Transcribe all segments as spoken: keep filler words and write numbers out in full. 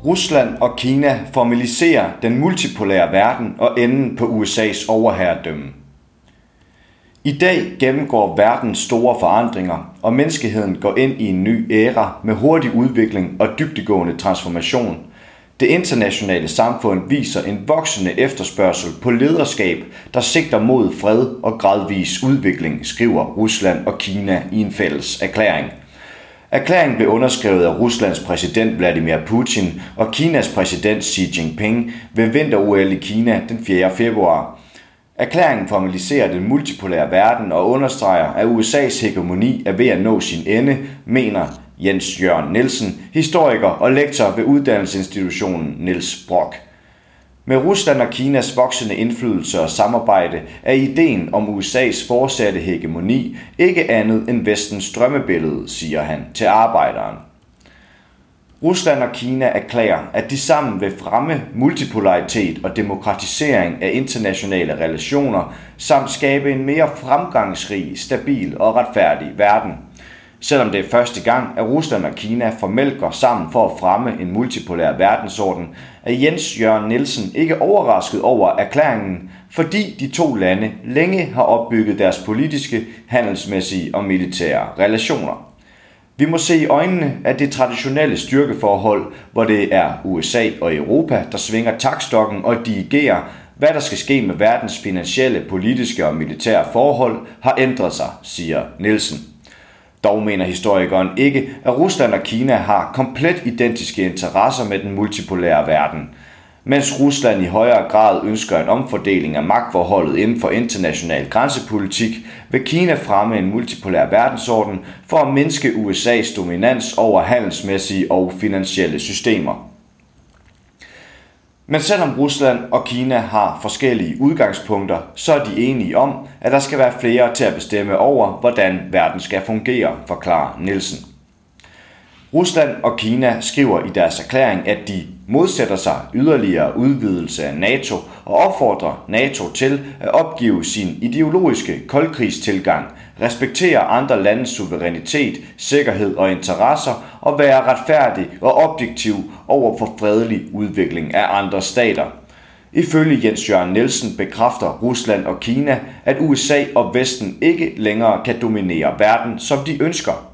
Rusland og Kina formaliserer den multipolære verden og enden på U S A's overherredømme. I dag gennemgår verden store forandringer, og menneskeheden går ind i en ny æra med hurtig udvikling og dybdegående transformation. Det internationale samfund viser en voksende efterspørgsel på lederskab, der sigter mod fred og gradvis udvikling, skriver Rusland og Kina i en fælles erklæring. Erklæringen blev underskrevet af Ruslands præsident Vladimir Putin og Kinas præsident Xi Jinping ved vinter-O L i Kina den fjerde februar. Erklæringen formaliserer den multipolære verden og understreger, at U S A's hegemoni er ved at nå sin ende, mener Jens Jørgen Nielsen, historiker og lektor ved uddannelsesinstitutionen Niels Brock. Med Rusland og Kinas voksende indflydelse og samarbejde er ideen om U S A's fortsatte hegemoni ikke andet end vestens drømmebillede, siger han til Arbejderen. Rusland og Kina erklærer, at de sammen vil fremme multipolaritet og demokratisering af internationale relationer, samt skabe en mere fremgangsrig, stabil og retfærdig verden. Selvom det er første gang, at Rusland og Kina formelt går sammen for at fremme en multipolær verdensorden, er Jens Jørgen Nielsen ikke overrasket over erklæringen, fordi de to lande længe har opbygget deres politiske, handelsmæssige og militære relationer. Vi må se i øjnene, at det traditionelle styrkeforhold, hvor det er U S A og Europa, der svinger taktstokken og dirigerer, hvad der skal ske med verdens finansielle, politiske og militære forhold, har ændret sig, siger Nielsen. Dog mener historikeren ikke, at Rusland og Kina har komplet identiske interesser med den multipolære verden. Mens Rusland i højere grad ønsker en omfordeling af magtforholdet inden for international grænsepolitik, vil Kina fremme en multipolær verdensorden for at mindske U S A's dominans over handelsmæssige og finansielle systemer. Men selvom Rusland og Kina har forskellige udgangspunkter, så er de enige om, at der skal være flere til at bestemme over, hvordan verden skal fungere, forklarer Nielsen. Rusland og Kina skriver i deres erklæring, at de modsætter sig yderligere udvidelse af NATO og opfordrer NATO til at opgive sin ideologiske koldkrigstilgang, respektere andre landes suverænitet, sikkerhed og interesser og være retfærdig og objektiv over for fredelig udvikling af andre stater. Ifølge Jens Jørgen Nielsen bekræfter Rusland og Kina, at U S A og Vesten ikke længere kan dominere verden, som de ønsker.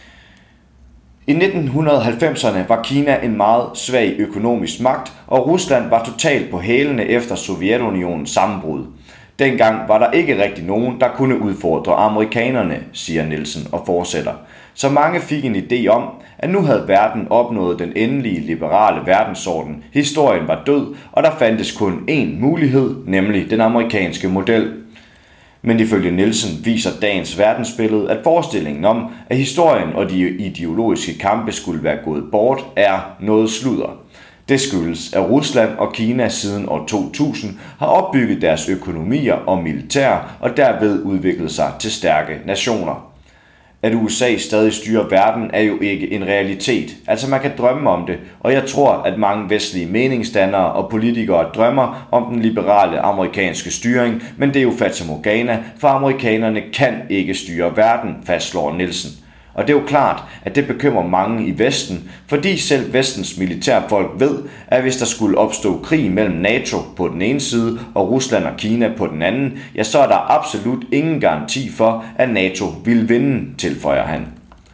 I nitten halvfemserne var Kina en meget svag økonomisk magt, og Rusland var totalt på hælene efter Sovjetunionens sammenbrud. Dengang var der ikke rigtig nogen, der kunne udfordre amerikanerne, siger Nielsen og fortsætter. Så mange fik en idé om, at nu havde verden opnået den endelige liberale verdensorden. Historien var død, og der fandtes kun én mulighed, nemlig den amerikanske model. Men ifølge Nielsen viser dagens verdensbillede, at forestillingen om, at historien og de ideologiske kampe skulle være gået bort, er noget sludder. Det skyldes, at Rusland og Kina siden år to tusind har opbygget deres økonomier og militær og derved udviklet sig til stærke nationer. At U S A stadig styrer verden er jo ikke en realitet. Altså man kan drømme om det, og jeg tror, at mange vestlige meningsdannere og politikere drømmer om den liberale amerikanske styring, men det er jo fatamorgana, for amerikanerne kan ikke styre verden, fastslår Nielsen. Og det er jo klart, at det bekymrer mange i Vesten, fordi selv Vestens militærfolk ved, at hvis der skulle opstå krig mellem NATO på den ene side og Rusland og Kina på den anden, ja, så er der absolut ingen garanti for, at NATO vil vinde, tilføjer han.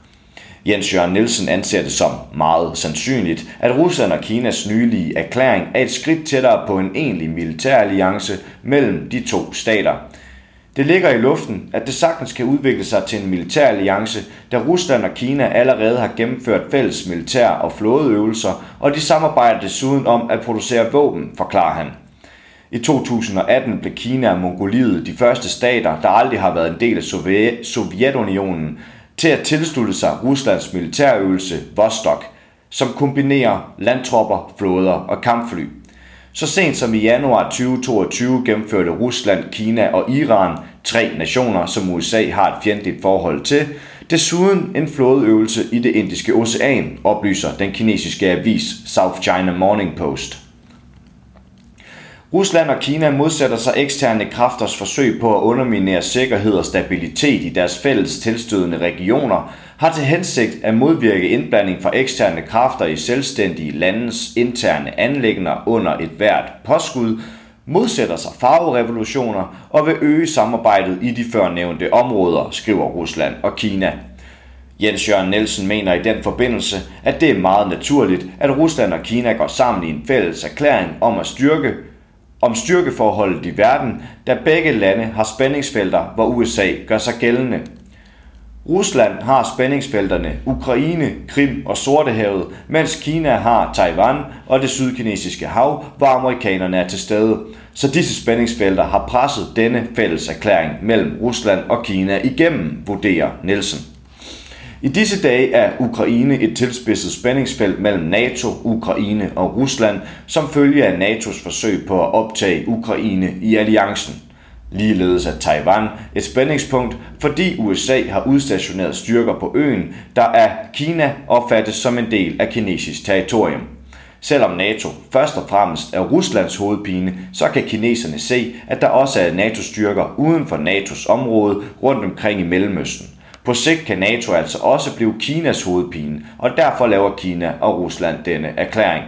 Jens Jørgen Nielsen anser det som meget sandsynligt, at Rusland og Kinas nylige erklæring er et skridt tættere på en egentlig militæralliance mellem de to stater. Det ligger i luften, at det sagtens kan udvikle sig til en militæralliance, da Rusland og Kina allerede har gennemført fælles militær- og flådeøvelser, og de samarbejder desuden om at producere våben, forklarer han. I to tusind og atten blev Kina og Mongoliet de første stater, der aldrig har været en del af Sovjetunionen, til at tilslutte sig Ruslands militærøvelse Vostok, som kombinerer landtropper, flåder og kampfly. Så sent som i januar tyve toogtyve gennemførte Rusland, Kina og Iran, tre nationer, som U S A har et fjendtligt forhold til, desuden en flådeøvelse i det Indiske Ocean, oplyser den kinesiske avis South China Morning Post. Rusland og Kina modsætter sig eksterne kræfters forsøg på at underminere sikkerhed og stabilitet i deres fælles tilstødende regioner, har til hensigt at modvirke indblanding fra eksterne kræfter i selvstændige landes interne anliggender under et hvert påskud, modsætter sig farverevolutioner og vil øge samarbejdet i de førnævnte områder, skriver Rusland og Kina. Jens Jørgen Nielsen mener i den forbindelse, at det er meget naturligt, at Rusland og Kina går sammen i en fælles erklæring om at styrke om styrkeforholdet i verden, da begge lande har spændingsfelter, hvor U S A gør sig gældende. Rusland har spændingsfelterne Ukraine, Krim og Sortehavet, mens Kina har Taiwan og det sydkinesiske hav, hvor amerikanerne er til stede. Så disse spændingsfelter har presset denne fælles erklæring mellem Rusland og Kina igennem, vurderer Nielsen. I disse dage er Ukraine et tilspidset spændingsfelt mellem NATO, Ukraine og Rusland, som følge af N A T O's forsøg på at optage Ukraine i alliancen. Ligeledes er Taiwan et spændingspunkt, fordi U S A har udstationeret styrker på øen, der af Kina opfattes som en del af kinesisk territorium. Selvom NATO først og fremmest er Ruslands hovedpine, så kan kineserne se, at der også er NATO-styrker uden for NATO's område rundt omkring i Mellemøsten. På sigt kan NATO altså også blive Kinas hovedpine, og derfor laver Kina og Rusland denne erklæring.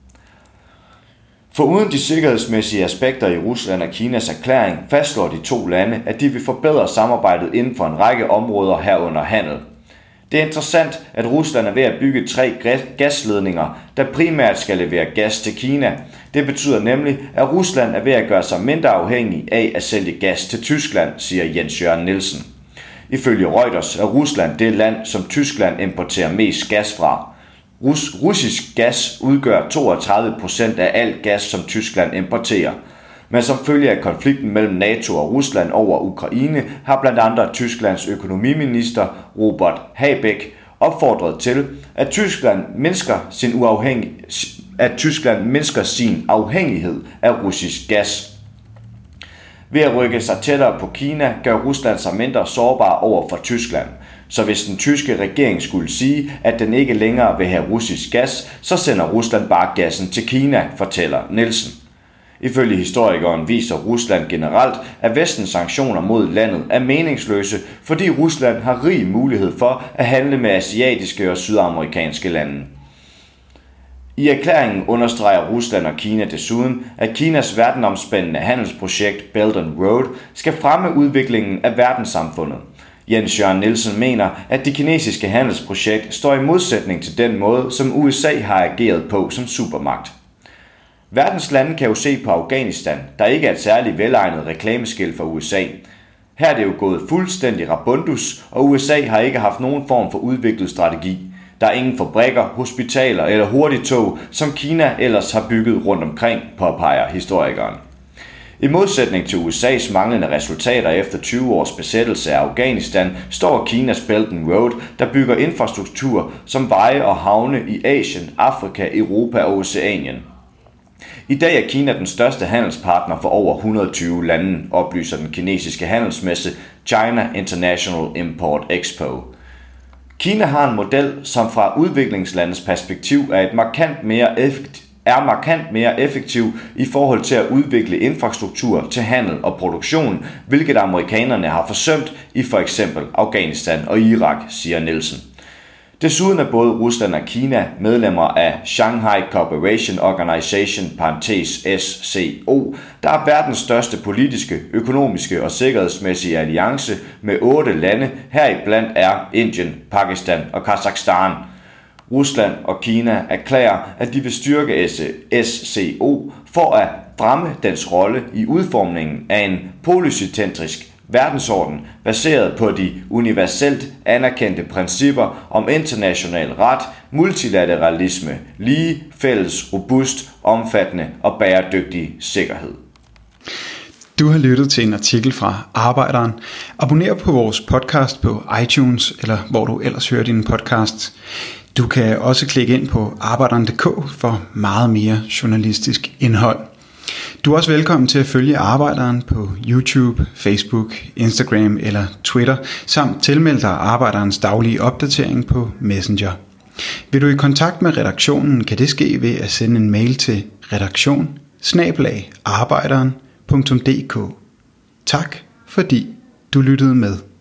Foruden de sikkerhedsmæssige aspekter i Rusland og Kinas erklæring, fastslår de to lande, at de vil forbedre samarbejdet inden for en række områder herunder handel. Det er interessant, at Rusland er ved at bygge tre gasledninger, der primært skal levere gas til Kina. Det betyder nemlig, at Rusland er ved at gøre sig mindre afhængig af at sælge gas til Tyskland, siger Jens Jørgen Nielsen. Ifølge Reuters er Rusland det land, som Tyskland importerer mest gas fra. Rus- russisk gas udgør toogtredive procent af al gas, som Tyskland importerer. Men som følge af konflikten mellem NATO og Rusland over Ukraine, har blandt andet Tysklands økonomiminister Robert Habeck opfordret til, at Tyskland mindsker sin, uafhængig- at Tyskland mindsker sin afhængighed af russisk gas. Ved at rykke sig tættere på Kina, gør Rusland sig mindre sårbar over for Tyskland. Så hvis den tyske regering skulle sige, at den ikke længere vil have russisk gas, så sender Rusland bare gassen til Kina, fortæller Nielsen. Ifølge historikeren viser Rusland generelt, at vestens sanktioner mod landet er meningsløse, fordi Rusland har rig mulighed for at handle med asiatiske og sydamerikanske lande. I erklæringen understreger Rusland og Kina desuden, at Kinas verdenomspændende handelsprojekt Belt and Road skal fremme udviklingen af verdenssamfundet. Jens Jørgen Nielsen mener, at det kinesiske handelsprojekt står i modsætning til den måde, som U S A har ageret på som supermagt. Verdens lande kan jo se på Afghanistan, der ikke er et særligt velegnet reklameskilt for U S A. Her er det jo gået fuldstændig rabundus, og U S A har ikke haft nogen form for udviklet strategi. Der er ingen fabrikker, hospitaler eller hurtigtog, som Kina ellers har bygget rundt omkring, påpeger historikeren. I modsætning til U S A's manglende resultater efter tyve års besættelse af Afghanistan, står Kinas Belt and Road, der bygger infrastruktur som veje og havne i Asien, Afrika, Europa og Oceanien. I dag er Kina den største handelspartner for over et hundrede og tyve lande, oplyser den kinesiske handelsmesse China International Import Expo. Kina har en model, som fra udviklingslandets perspektiv er, et markant mere effektiv, er markant mere effektiv i forhold til at udvikle infrastruktur til handel og produktion, hvilket amerikanerne har forsømt i for eksempel Afghanistan og Irak, siger Nielsen. Desuden er både Rusland og Kina medlemmer af Shanghai Cooperation Organization, parentes S C O, der er verdens største politiske, økonomiske og sikkerhedsmæssige alliance med otte lande, heriblandt er Indien, Pakistan og Kazakhstan. Rusland og Kina erklærer, at de vil styrke S C O for at fremme dens rolle i udformningen af en polycentrisk verdensorden baseret på de universelt anerkendte principper om international ret, multilateralisme, lige, fælles, robust, omfattende og bæredygtig sikkerhed. Du har lyttet til en artikel fra Arbejderen. Abonner på vores podcast på iTunes, eller hvor du ellers hører din podcast. Du kan også klikke ind på arbejderen punktum d k for meget mere journalistisk indhold. Du er også velkommen til at følge Arbejderen på YouTube, Facebook, Instagram eller Twitter, samt tilmelde dig Arbejderens daglige opdatering på Messenger. Vil du i kontakt med redaktionen, kan det ske ved at sende en mail til redaktion bindestreg arbejderen punktum d k. Tak fordi du lyttede med.